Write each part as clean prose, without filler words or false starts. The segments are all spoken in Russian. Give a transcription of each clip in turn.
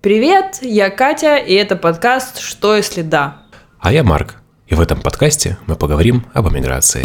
Привет, я Катя, и это подкаст «Что если да?». А я Марк, и в этом подкасте мы поговорим об эмиграции.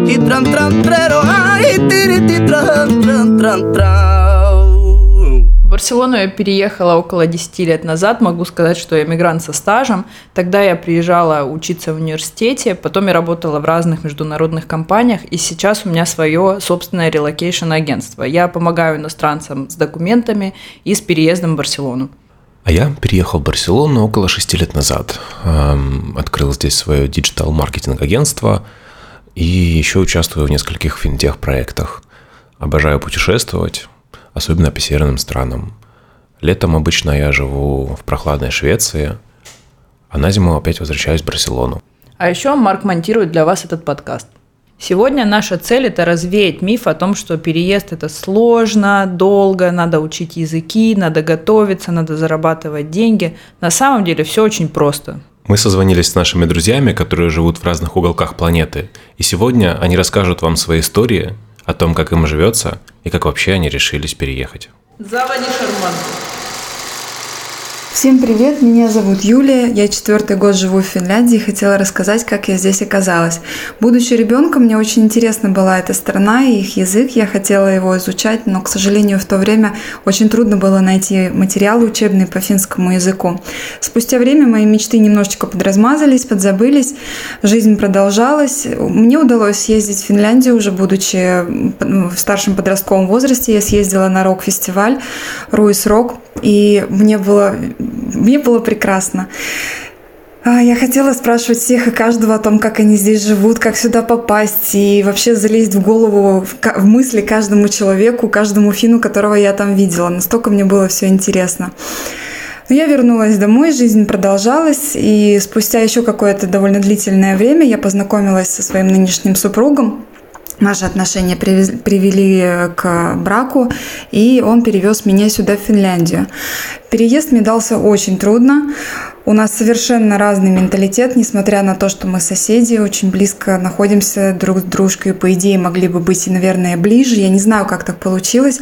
В Барселону я переехала около 10 лет назад, могу сказать, что я эмигрант со стажем. Тогда я приезжала учиться в университете, потом я работала в разных международных компаниях, и сейчас у меня свое собственное релокейшн-агентство. Я помогаю иностранцам с документами и с переездом в Барселону. А я переехал в Барселону около 6 лет назад. Открыл здесь свое диджитал-маркетинг-агентство и еще участвую в нескольких финтех-проектах. Обожаю путешествовать, особенно по северным странам. Летом обычно я живу в прохладной Швеции, а на зиму опять возвращаюсь в Барселону. А еще Марк монтирует для вас этот подкаст. Сегодня наша цель – это развеять миф о том, что переезд – это сложно, долго, надо учить языки, надо готовиться, надо зарабатывать деньги. На самом деле все очень просто. Мы созвонились с нашими друзьями, которые живут в разных уголках планеты, и сегодня они расскажут вам свои истории о том, как им живется и как вообще они решились переехать. Заводи шарманку. Всем привет, меня зовут Юлия, я 4-й год живу в Финляндии и хотела рассказать, как я здесь оказалась. Будучи ребенком, мне очень интересна была эта страна и их язык, я хотела его изучать, но, к сожалению, в то время очень трудно было найти материалы учебные по финскому языку. Спустя время мои мечты немножечко подразмазались, подзабылись, жизнь продолжалась. Мне удалось съездить в Финляндию, уже будучи в старшем подростковом возрасте, я съездила на рок-фестиваль Руис Рок, и мне было прекрасно. Я хотела спрашивать всех и каждого о том, как они здесь живут, как сюда попасть, и вообще залезть в голову, в мысли каждому человеку, каждому финну, которого я там видела. Настолько мне было все интересно. Но я вернулась домой, жизнь продолжалась, и спустя еще какое-то довольно длительное время я познакомилась со своим нынешним супругом. Наши отношения привели к браку, и он перевез меня сюда, в Финляндию. Переезд мне дался очень трудно. У нас совершенно разный менталитет, несмотря на то, что мы соседи, очень близко находимся друг с дружкой. По идее, могли бы быть и, наверное, ближе. Я не знаю, как так получилось,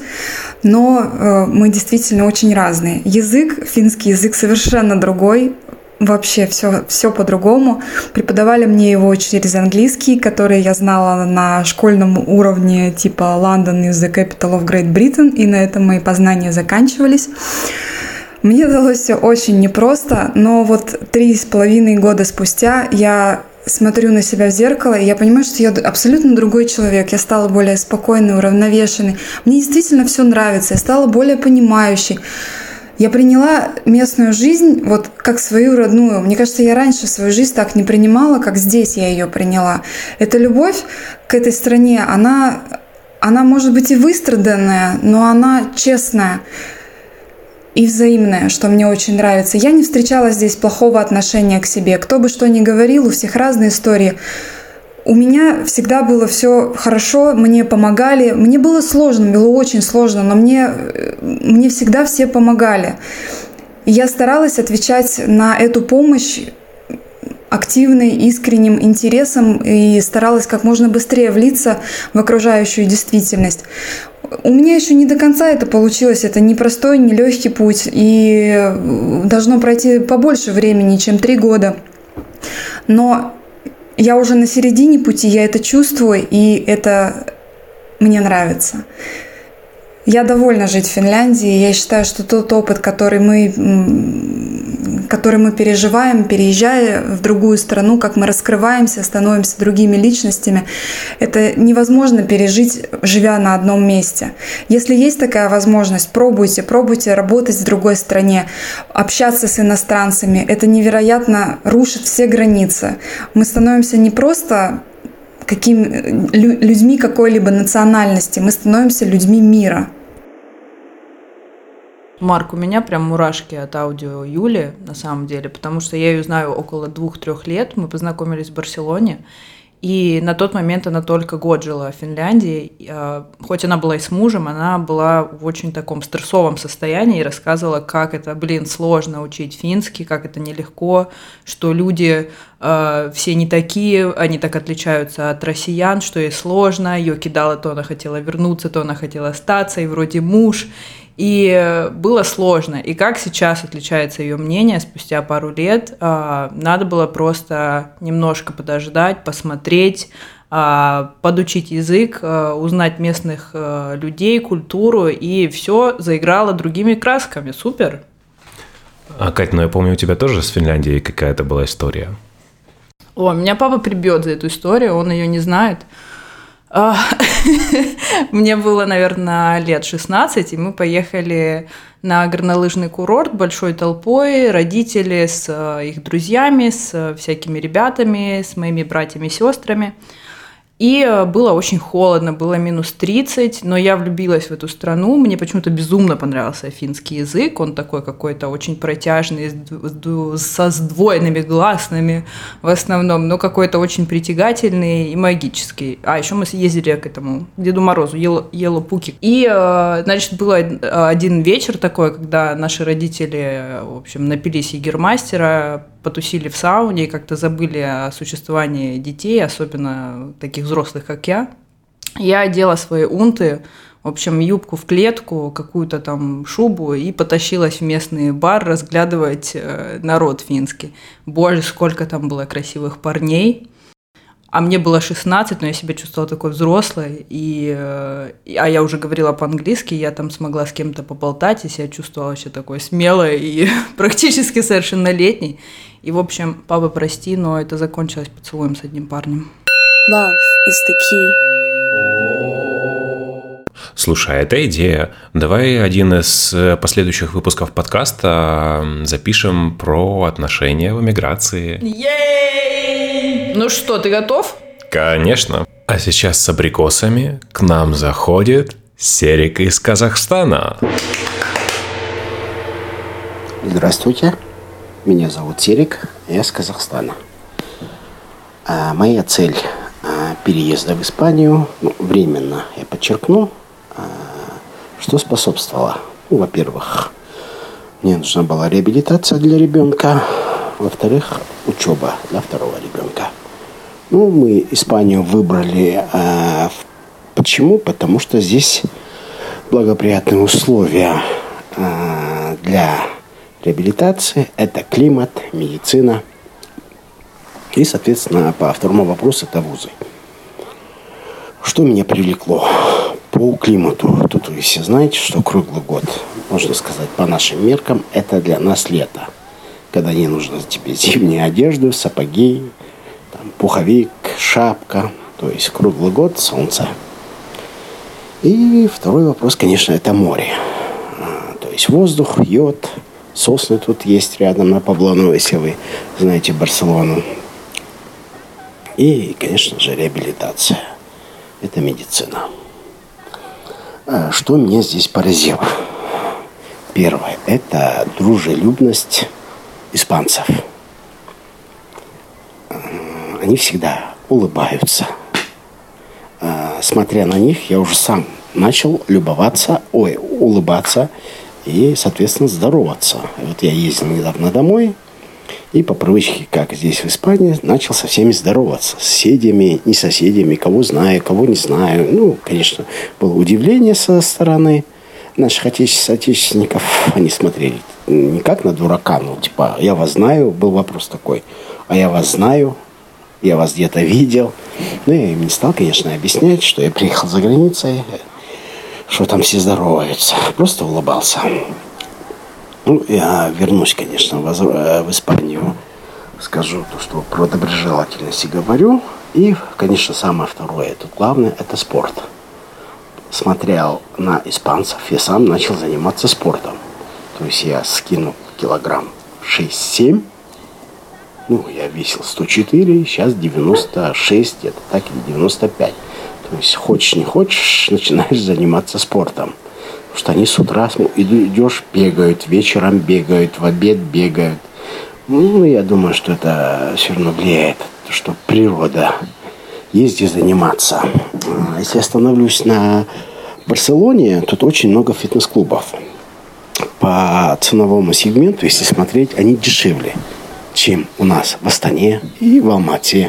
но мы действительно очень разные. Язык, финский язык совершенно другой. Вообще все по-другому. Преподавали мне его через английский, который я знала на школьном уровне, типа London is the capital of Great Britain, и на этом мои познания заканчивались. Мне далось все очень непросто, но вот 3,5 года спустя я смотрю на себя в зеркало, и я понимаю, что я абсолютно другой человек. Я стала более спокойной, уравновешенной. Мне действительно все нравится, я стала более понимающей. Я приняла местную жизнь вот как свою родную. Мне кажется, я раньше свою жизнь так не принимала, как здесь я ее приняла. Эта любовь к этой стране, она может быть и выстраданная, но она честная и взаимная, что мне очень нравится. Я не встречала здесь плохого отношения к себе. Кто бы что ни говорил, у всех разные истории. У меня всегда было все хорошо, мне помогали. Мне было сложно, было очень сложно, но мне всегда все помогали. И я старалась отвечать на эту помощь активным, искренним интересом и старалась как можно быстрее влиться в окружающую действительность. У меня еще не до конца это получилось, это непростой, нелегкий путь, и должно пройти побольше времени, чем 3 года. Но я уже на середине пути, я это чувствую, и это мне нравится. Я довольна жить в Финляндии. Я считаю, что тот опыт, который мы переживаем, переезжая в другую страну, как мы раскрываемся, становимся другими личностями, это невозможно пережить, живя на одном месте. Если есть такая возможность, пробуйте работать в другой стране, общаться с иностранцами. Это невероятно рушит все границы. Мы становимся не просто людьми какой-либо национальности, мы становимся людьми мира. Марк, у меня прям мурашки от аудио Юли, на самом деле, потому что я ее знаю около 2-3 лет. Мы познакомились в Барселоне, и на тот момент она только год жила в Финляндии. Хоть она была и с мужем, она была в очень таком стрессовом состоянии и рассказывала, как это, сложно учить финский, как это нелегко, что люди все не такие, они так отличаются от россиян, что ей сложно, ее кидало, то она хотела вернуться, то она хотела остаться, и вроде муж. И было сложно. И как сейчас отличается ее мнение спустя пару лет, надо было просто немножко подождать, посмотреть, подучить язык, узнать местных людей, культуру, и все заиграло другими красками. Супер! Кать, ну я помню, у тебя тоже с Финляндией какая-то была история. О, меня папа прибьет за эту историю, он ее не знает. Мне было, наверное, лет 16, и мы поехали на горнолыжный курорт большой толпой, родители с их друзьями, с всякими ребятами, с моими братьями и сестрами. И было очень холодно, было минус 30, но я влюбилась в эту страну. Мне почему-то безумно понравился финский язык. Он такой какой-то очень протяжный, со сдвоенными гласными в основном, но какой-то очень притягательный и магический. А еще мы съездили к этому Деду Морозу, Елопуки. И, значит, был один вечер такой, когда наши родители, в общем, напились егермастера, потусили в сауне и как-то забыли о существовании детей, особенно таких взрослых, как я. Я одела свои унты, в общем, юбку в клетку, какую-то там шубу и потащилась в местный бар разглядывать народ финский. Боже, сколько там было красивых парней. А мне было 16, но я себя чувствовала такой взрослой. А я уже говорила по-английски, я там смогла с кем-то поболтать, и себя чувствовала вообще такой смелой и практически совершеннолетней. И, в общем, папа, прости, но это закончилось поцелуем с одним парнем. Love is the key. Слушай, это идея. Давай один из последующих выпусков подкаста запишем про отношения в эмиграции. Ей! Ну что, ты готов? Конечно. А сейчас с абрикосами к нам заходит Серик из Казахстана. Здравствуйте, меня зовут Серик, я из Казахстана. Моя цель переезда в Испанию, временно, я подчеркну, что способствовало. Во-первых, мне нужна была реабилитация для ребенка, во-вторых, учеба для второго ребенка. Мы Испанию выбрали. Почему? Потому что здесь благоприятные условия для реабилитации. Это климат, медицина. И, соответственно, по второму вопросу это вузы. Что меня привлекло по климату? Тут вы все знаете, что круглый год, можно сказать, по нашим меркам, это для нас лето. Когда не нужно тебе зимнюю одежду, сапоги, пуховик, шапка. То есть круглый год солнце. И второй вопрос, конечно, это море. То есть воздух, йод, сосны тут есть рядом на Поблону, если вы знаете Барселону. И, конечно же, реабилитация. Это медицина. Что меня здесь поразило? Первое – это дружелюбность испанцев. Они всегда улыбаются. Смотря на них, я уже сам начал улыбаться и, соответственно, здороваться. Вот я ездил недавно домой, и по привычке, как здесь в Испании, начал со всеми здороваться. С соседями, не соседями, кого знаю, кого не знаю. Конечно, было удивление со стороны наших отечественников. Они смотрели не как на дурака, я вас знаю, был вопрос такой, а я вас знаю, я вас где-то видел. Я им не стал, конечно, объяснять, что я приехал за границей, что там все здороваются. Просто улыбался. Я вернусь, конечно, в Испанию. Скажу то, что про доброжелательность говорю. И, конечно, самое второе, тут главное, это спорт. Смотрел на испанцев, я сам начал заниматься спортом. То есть я скинул килограмм 6-7. Я весил 104, сейчас 96, где-то так, или 95. То есть, хочешь не хочешь, начинаешь заниматься спортом. Потому что они с утра идешь, бегают, вечером бегают, в обед бегают. Я думаю, что это все равно влияет, что природа. Есть где заниматься. Если остановлюсь на Барселоне, тут очень много фитнес-клубов. По ценовому сегменту, если смотреть, они дешевле, чем у нас в Астане и в Алмате.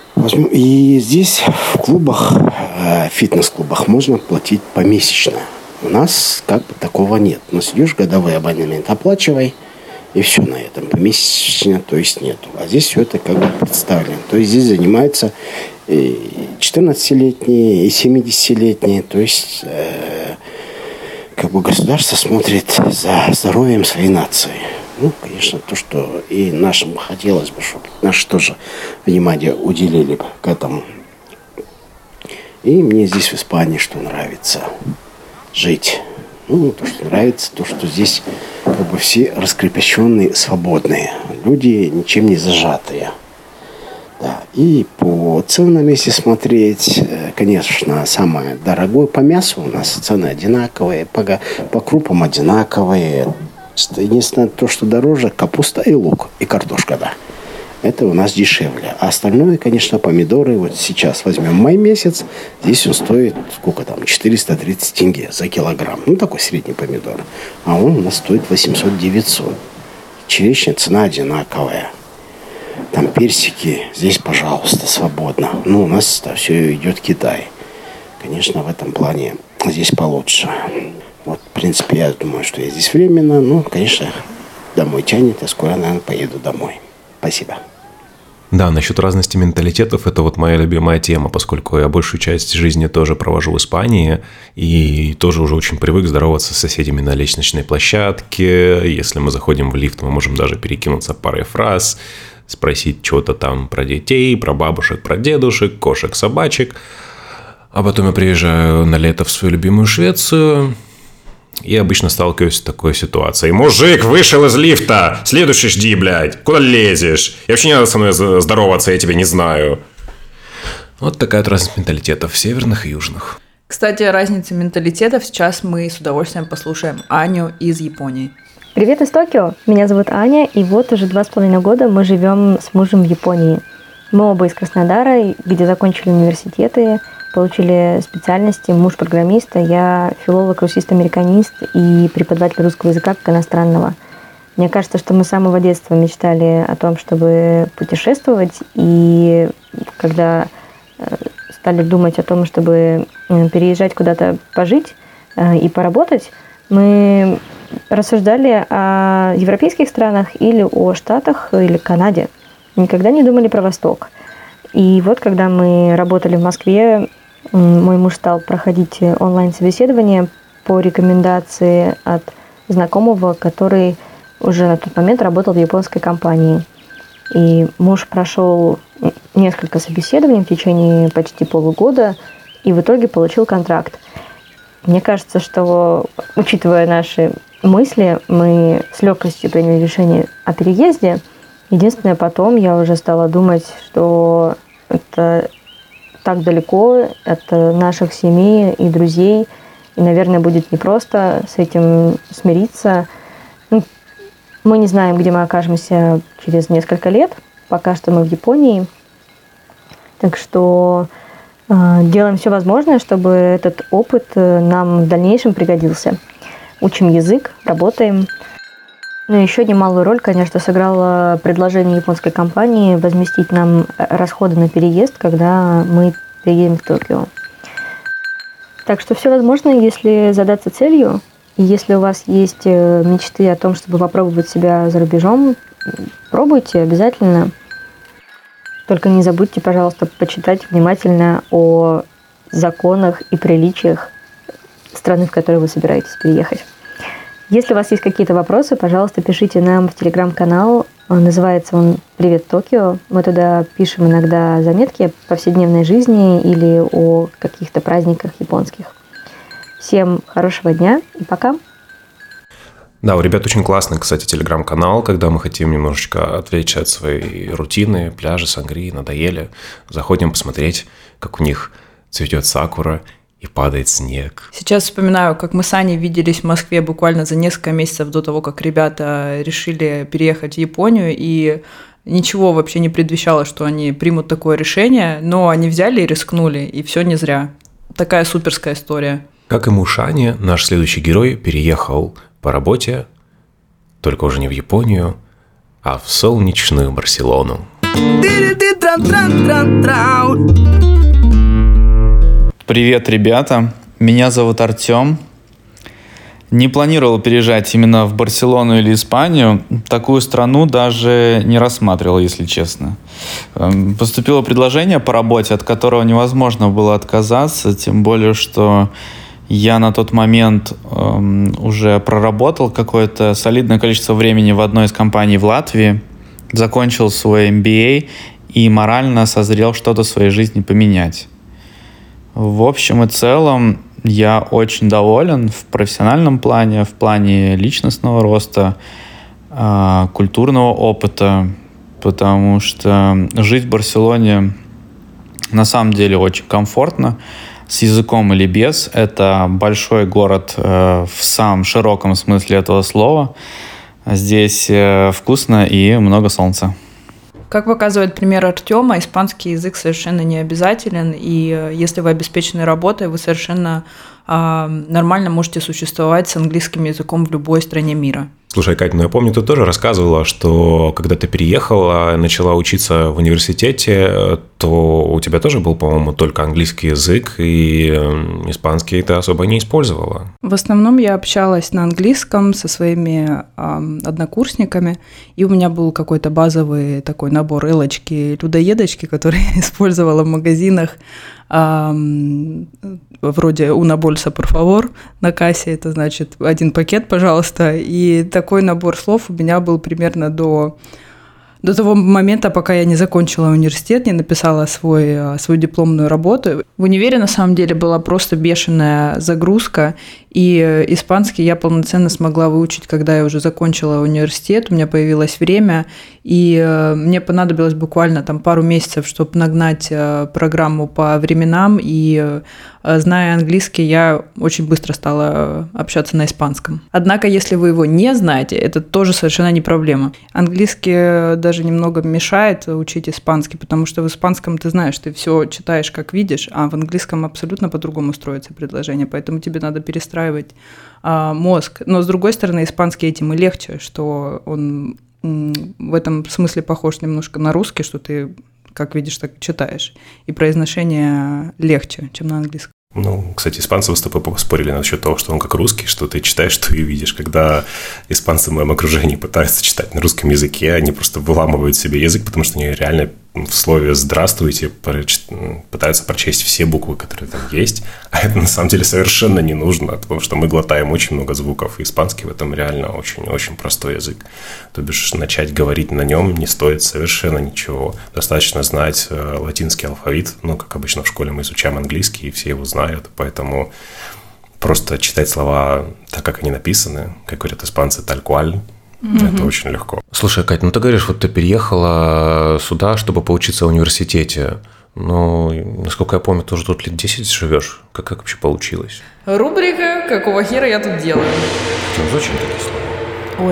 И здесь в клубах, фитнес-клубах можно платить помесячно. У нас как бы такого нет. У нас идешь, годовой абонемент оплачивай, и все на этом. Помесячно, то есть нету. А здесь все это как бы представлено. То есть здесь занимаются и 14-летние, и 70-летние. То есть как бы государство смотрит за здоровьем своей нации. Ну, конечно, то, что и нашим хотелось бы, чтобы наши тоже внимание уделили к этому. И мне здесь в Испании что нравится жить. Ну, то, что нравится, то, что здесь как бы все раскрепощенные, свободные. Люди ничем не зажатые. Да. И по ценам, если смотреть, конечно, самое дорогое по мясу у нас цены одинаковые, по крупам одинаковые. Единственное, то, что дороже, капуста и лук, и картошка, да. Это у нас дешевле. А остальное, конечно, помидоры. Вот сейчас возьмем май месяц. Здесь он стоит, сколько там, 430 тенге за килограмм. Ну, такой средний помидор. А он у нас стоит 800-900. Черешня цена одинаковая. Там персики. Здесь, пожалуйста, свободно. Ну, у нас все идет Китай. Конечно, в этом плане здесь получше. Вот, в принципе, я думаю, что я здесь временно. Ну, конечно, домой тянет. Я скоро, наверное, поеду домой. Спасибо. Да, насчет разности менталитетов – это вот моя любимая тема, поскольку я большую часть жизни тоже провожу в Испании и тоже уже очень привык здороваться с соседями на лестничной площадке. Если мы заходим в лифт, мы можем даже перекинуться парой фраз, спросить что-то там про детей, про бабушек, про дедушек, кошек, собачек. А потом я приезжаю на лето в свою любимую Швецию и обычно сталкиваюсь с такой ситуацией. Мужик вышел из лифта, следующий жди, блядь. Куда лезешь? И вообще не надо со мной здороваться, я тебя не знаю. Вот такая вот разность менталитетов, северных и южных. Кстати, о разнице менталитетов сейчас мы с удовольствием послушаем Аню из Японии. Привет из Токио, меня зовут Аня, и вот уже 2,5 года мы живем с мужем в Японии. Мы оба из Краснодара, где закончили университеты, получили специальности. Муж программист, а я филолог, русист-американист и преподаватель русского языка как иностранного. Мне кажется, что мы с самого детства мечтали о том, чтобы путешествовать, и когда стали думать о том, чтобы переезжать куда-то пожить и поработать, мы рассуждали о европейских странах или о Штатах или Канаде. Никогда не думали про Восток. И вот когда мы работали в Москве, мой муж стал проходить онлайн-собеседование по рекомендации от знакомого, который уже на тот момент работал в японской компании. И муж прошел несколько собеседований в течение почти полугода и в итоге получил контракт. Мне кажется, что, учитывая наши мысли, мы с легкостью приняли решение о переезде. Единственное, потом я уже стала думать, что это так далеко от наших семей и друзей, и, наверное, будет непросто с этим смириться. Мы не знаем, где мы окажемся через несколько лет. Пока что мы в Японии. Так что делаем все возможное, чтобы этот опыт нам в дальнейшем пригодился. Учим язык, работаем. Ну и еще немалую роль, конечно, сыграло предложение японской компании возместить нам расходы на переезд, когда мы переедем в Токио. Так что все возможно, если задаться целью. И если у вас есть мечты о том, чтобы попробовать себя за рубежом, пробуйте обязательно. Только не забудьте, пожалуйста, почитать внимательно о законах и приличиях страны, в которую вы собираетесь переехать. Если у вас есть какие-то вопросы, пожалуйста, пишите нам в телеграм-канал. Называется он «Привет, Токио». Мы туда пишем иногда заметки о повседневной жизни или о каких-то праздниках японских. Всем хорошего дня и пока! Да, у ребят очень классный, кстати, телеграм-канал, когда мы хотим немножечко отвлечься от своей рутины, пляжи, сангрии, надоели. Заходим посмотреть, как у них цветет сакура и падает снег. Сейчас вспоминаю, как мы с Аней виделись в Москве буквально за несколько месяцев до того, как ребята решили переехать в Японию, и ничего вообще не предвещало, что они примут такое решение, но они взяли и рискнули, и все не зря. Такая суперская история. Как и муж Ани, наш следующий герой переехал по работе, только уже не в Японию, а в солнечную Барселону. Привет, ребята! Меня зовут Артем. Не планировал переезжать именно в Барселону или Испанию. Такую страну даже не рассматривал, если честно. Поступило предложение по работе, от которого невозможно было отказаться, тем более, что я на тот момент уже проработал какое-то солидное количество времени в одной из компаний в Латвии, закончил свой MBA и морально созрел что-то в своей жизни поменять. В общем и целом, я очень доволен в профессиональном плане, в плане личностного роста, культурного опыта, потому что жить в Барселоне на самом деле очень комфортно, с языком или без. Это большой город в самом широком смысле этого слова. Здесь вкусно и много солнца. Как показывает пример Артема, испанский язык совершенно не обязателен, и если вы обеспечены работой, вы совершенно нормально можете существовать с английским языком в любой стране мира. Слушай, Кать, я помню, ты тоже рассказывала, что когда ты переехала, начала учиться в университете, то у тебя тоже был, по-моему, только английский язык, и испанский ты особо не использовала. В основном я общалась на английском со своими однокурсниками, и у меня был какой-то базовый такой набор элочки-людоедочки, который я использовала в магазинах, вроде «Una bolsa, por favor» на кассе, это значит «один пакет, пожалуйста». И такой набор слов у меня был примерно до того момента, пока я не закончила университет, не написала свою дипломную работу. В универе, на самом деле, была просто бешеная загрузка, и испанский я полноценно смогла выучить, когда я уже закончила университет, у меня появилось время, и мне понадобилось буквально там пару месяцев, чтобы нагнать программу по временам, и зная английский, я очень быстро стала общаться на испанском. Однако, если вы его не знаете, это тоже совершенно не проблема. Английский даже немного мешает учить испанский, потому что в испанском ты знаешь, ты все читаешь, как видишь, а в английском абсолютно по-другому строится предложение, поэтому тебе надо перестраивать мозг. Но, с другой стороны, испанский этим и легче, что он в этом смысле похож немножко на русский, что ты как видишь, так читаешь. И произношение легче, чем на английском. Ну, кстати, испанцы с тобой поспорили насчет того, что он как русский, что ты читаешь, что и видишь. Когда испанцы в моем окружении пытаются читать на русском языке, они просто выламывают себе язык, потому что они реально в слове «здравствуйте» пытаются прочесть все буквы, которые там есть. А это на самом деле совершенно не нужно, потому что мы глотаем очень много звуков. И испанский в этом реально очень-очень простой язык. То бишь начать говорить на нем не стоит совершенно ничего. Достаточно знать латинский алфавит. Ну, как обычно в школе мы изучаем английский, и все его знают. Поэтому просто читать слова так, как они написаны, как говорят испанцы, «tal cual». Это очень легко. Слушай, Кать, ну ты говоришь, вот ты переехала сюда, чтобы поучиться в университете. Ну, насколько я помню, тоже тут лет 10 живешь. Как вообще получилось? Рубрика «Какого хера я тут делаю?» Зачем такие слова? Ой.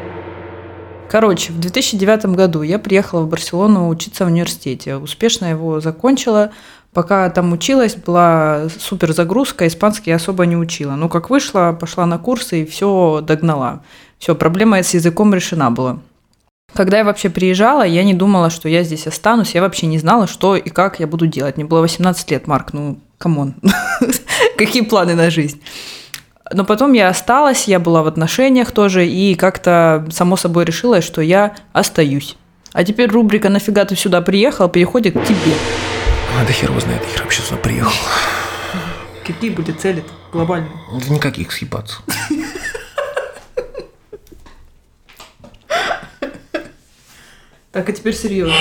Короче, в 2009 году я приехала в Барселону учиться в университете. Успешно его закончила. Пока там училась, была супер загрузка, испанский я особо не учила. Ну, как вышла, пошла на курсы и все догнала. Все, проблема с языком решена была. Когда я вообще приезжала, я не думала, что я здесь останусь. Я вообще не знала, что и как я буду делать. Мне было 18 лет, Марк, ну, камон. Какие планы на жизнь? Но потом я осталась, я была в отношениях тоже, и как-то само собой решила, что я остаюсь. А теперь рубрика «Нафига ты сюда приехал?» переходит к тебе. А да хер его знает, я вообще сюда приехал. Какие были цели-то глобальные? Да никаких, съебаться. Так, а теперь серьезно.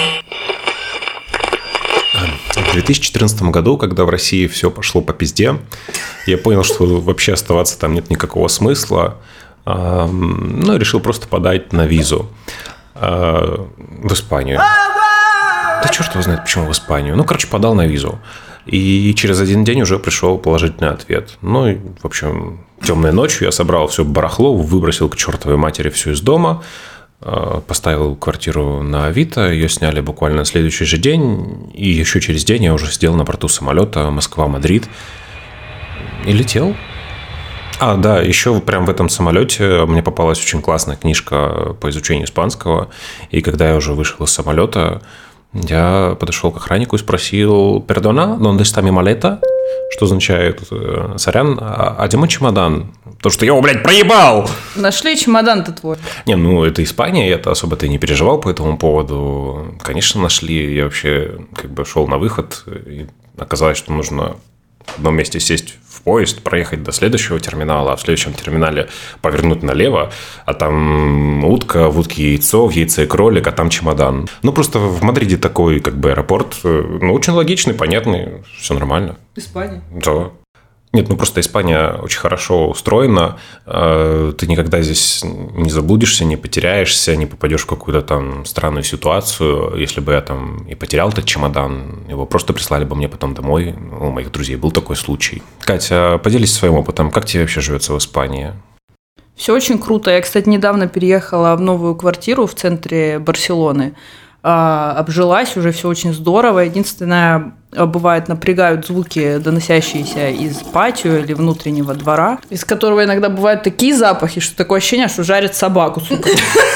В 2014 году, когда в России все пошло по пизде, я понял, что вообще оставаться там нет никакого смысла. Ну, решил просто подать на визу в Испанию. Да черт его знает, почему в Испанию. Ну, короче, подал на визу. И через один день уже пришел положительный ответ. Ну, и, в общем, темной ночью я собрал все барахло, выбросил к чертовой матери все из дома, поставил квартиру на Авито, ее сняли буквально на следующий же день, и еще через день я уже сидел на борту самолета Москва-Мадрид и летел. А, да, еще прям в этом самолете мне попалась очень классная книжка по изучению испанского, и когда я уже вышел из самолета, Я подошел к охраннику и спросил: «Пердона, donde está mi maleta?» Что означает: «Сорян, а где мой чемодан?» Потому что я его, блядь, проебал! Нашли чемодан-то твой. Не, ну это Испания, я-то особо-то и не переживал по этому поводу. Конечно, нашли. Я вообще как бы шел на выход, и оказалось, что нужно в одном месте сесть в поезд, проехать до следующего терминала, а в следующем терминале повернуть налево, а там утка, в утке яйцо, в яйце кролик, а там чемодан. Ну, просто в Мадриде такой как бы аэропорт, ну, очень логичный, понятный, все нормально. Испания. Да. Нет, ну просто Испания очень хорошо устроена. Ты никогда здесь не заблудишься, не потеряешься, не попадешь в какую-то там странную ситуацию. Если бы я там и потерял этот чемодан, его просто прислали бы мне потом домой. У моих друзей был такой случай. Катя, поделись своим опытом. Как тебе вообще живется в Испании? Все очень круто. Я, кстати, недавно переехала в новую квартиру в центре Барселоны. Обжилась, уже все очень здорово. Единственное, бывает, напрягают звуки, доносящиеся из патио или внутреннего двора, из которого иногда бывают такие запахи, что такое ощущение, что жарят собаку, сука.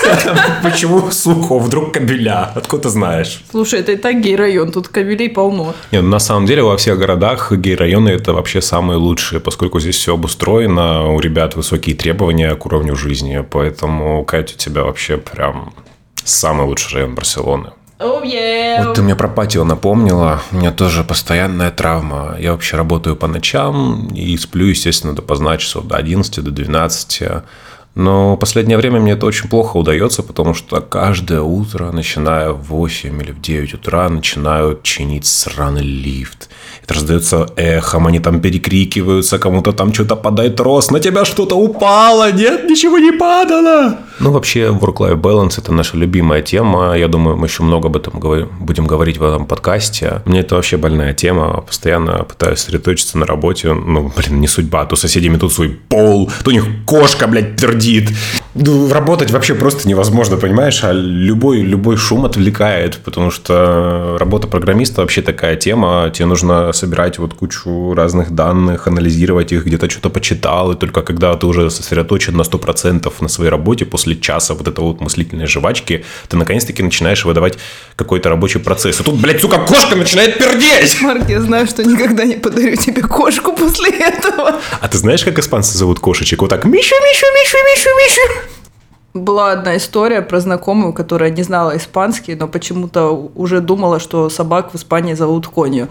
Почему, сука, вдруг кабеля? Откуда ты знаешь? Слушай, это и так гей-район, тут кабелей полно. Нет, на самом деле во всех городах гей-районы – это вообще самые лучшие, поскольку здесь все обустроено, у ребят высокие требования к уровню жизни, поэтому, Катя, у тебя вообще прям самый лучший район Барселоны. Oh, yeah. Вот ты мне про патио напомнила. У меня тоже постоянная травма. Я вообще работаю по ночам и сплю, естественно, допоздна, часов до 11, до 12. Но в последнее время мне это очень плохо удается, потому что каждое утро, начиная в 8 или в 9 утра, начинают чинить сраный лифт. Это раздается эхом, они там перекрикиваются, кому-то там что-то падает рост, на тебя что-то упало, нет, ничего не падало. Ну, вообще, work-life balance – это наша любимая тема. Я думаю, мы еще много об этом будем говорить в этом подкасте. Мне это вообще больная тема. Постоянно пытаюсь сосредоточиться на работе. Ну, блин, не судьба. То соседи метут свой пол, то у них кошка, блядь, пердит. Работать вообще просто невозможно, понимаешь? А любой шум отвлекает, потому что работа программиста вообще такая тема. Тебе нужно собирать вот кучу разных данных, анализировать их, где-то что-то почитал, и только когда ты уже сосредоточен на 100% на своей работе, после часа вот этой вот мыслительной жвачки, ты наконец-таки начинаешь выдавать какой-то рабочий процесс. И тут, блядь, сука, кошка начинает пердеть! Марк, я знаю, что никогда не подарю тебе кошку после этого. А ты знаешь, как испанцы зовут кошечек? Вот так: Мишу, Мишу, Мишу, Мишу, Мишу. Была одна история про знакомую, которая не знала испанский, но почему-то уже думала, что собак в Испании зовут конью.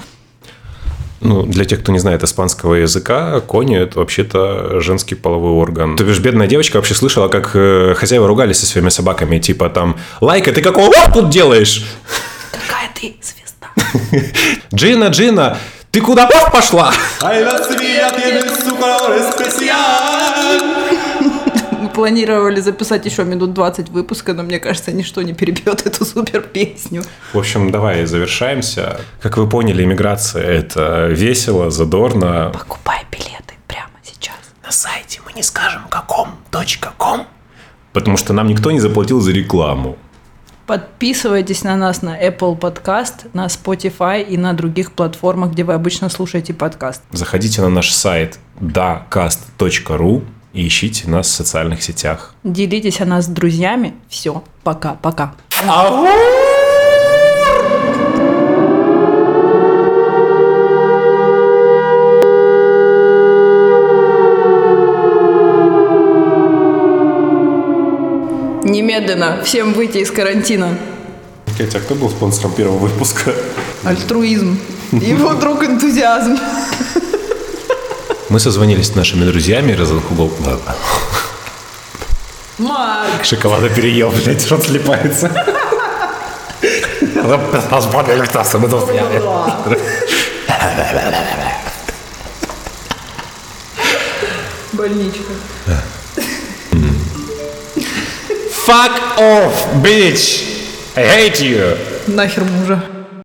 Ну, для тех, кто не знает испанского языка, конью – это вообще-то женский половой орган. То бишь, бедная девочка вообще слышала, как хозяева ругались со своими собаками, типа там: «Лайка, ты какого тут делаешь?» Какая ты звезда. Джина, ты куда пошла? Мы планировали записать еще минут 20 выпуска, но мне кажется, ничто не перебьет эту супер песню. В общем, давай завершаемся. Как вы поняли, иммиграция – это весело, задорно. Покупай билеты прямо сейчас. На сайте мы не скажем .com, потому что нам никто не заплатил за рекламу. Подписывайтесь на нас на Apple Podcast, на Spotify и на других платформах, где вы обычно слушаете подкаст. Заходите на наш сайт dacast.ru и ищите нас в социальных сетях. Делитесь о нас с друзьями. Все, пока-пока. Немедленно всем выйти из карантина. Катя, а кто был спонсором первого выпуска? Альтруизм. Его друг энтузиазм. Мы созвонились с нашими друзьями, разохубал. Марк! Шоколада переел, блядь, рот слипается. Больничка. Fuck off, bitch! I hate you! Нахер мужа.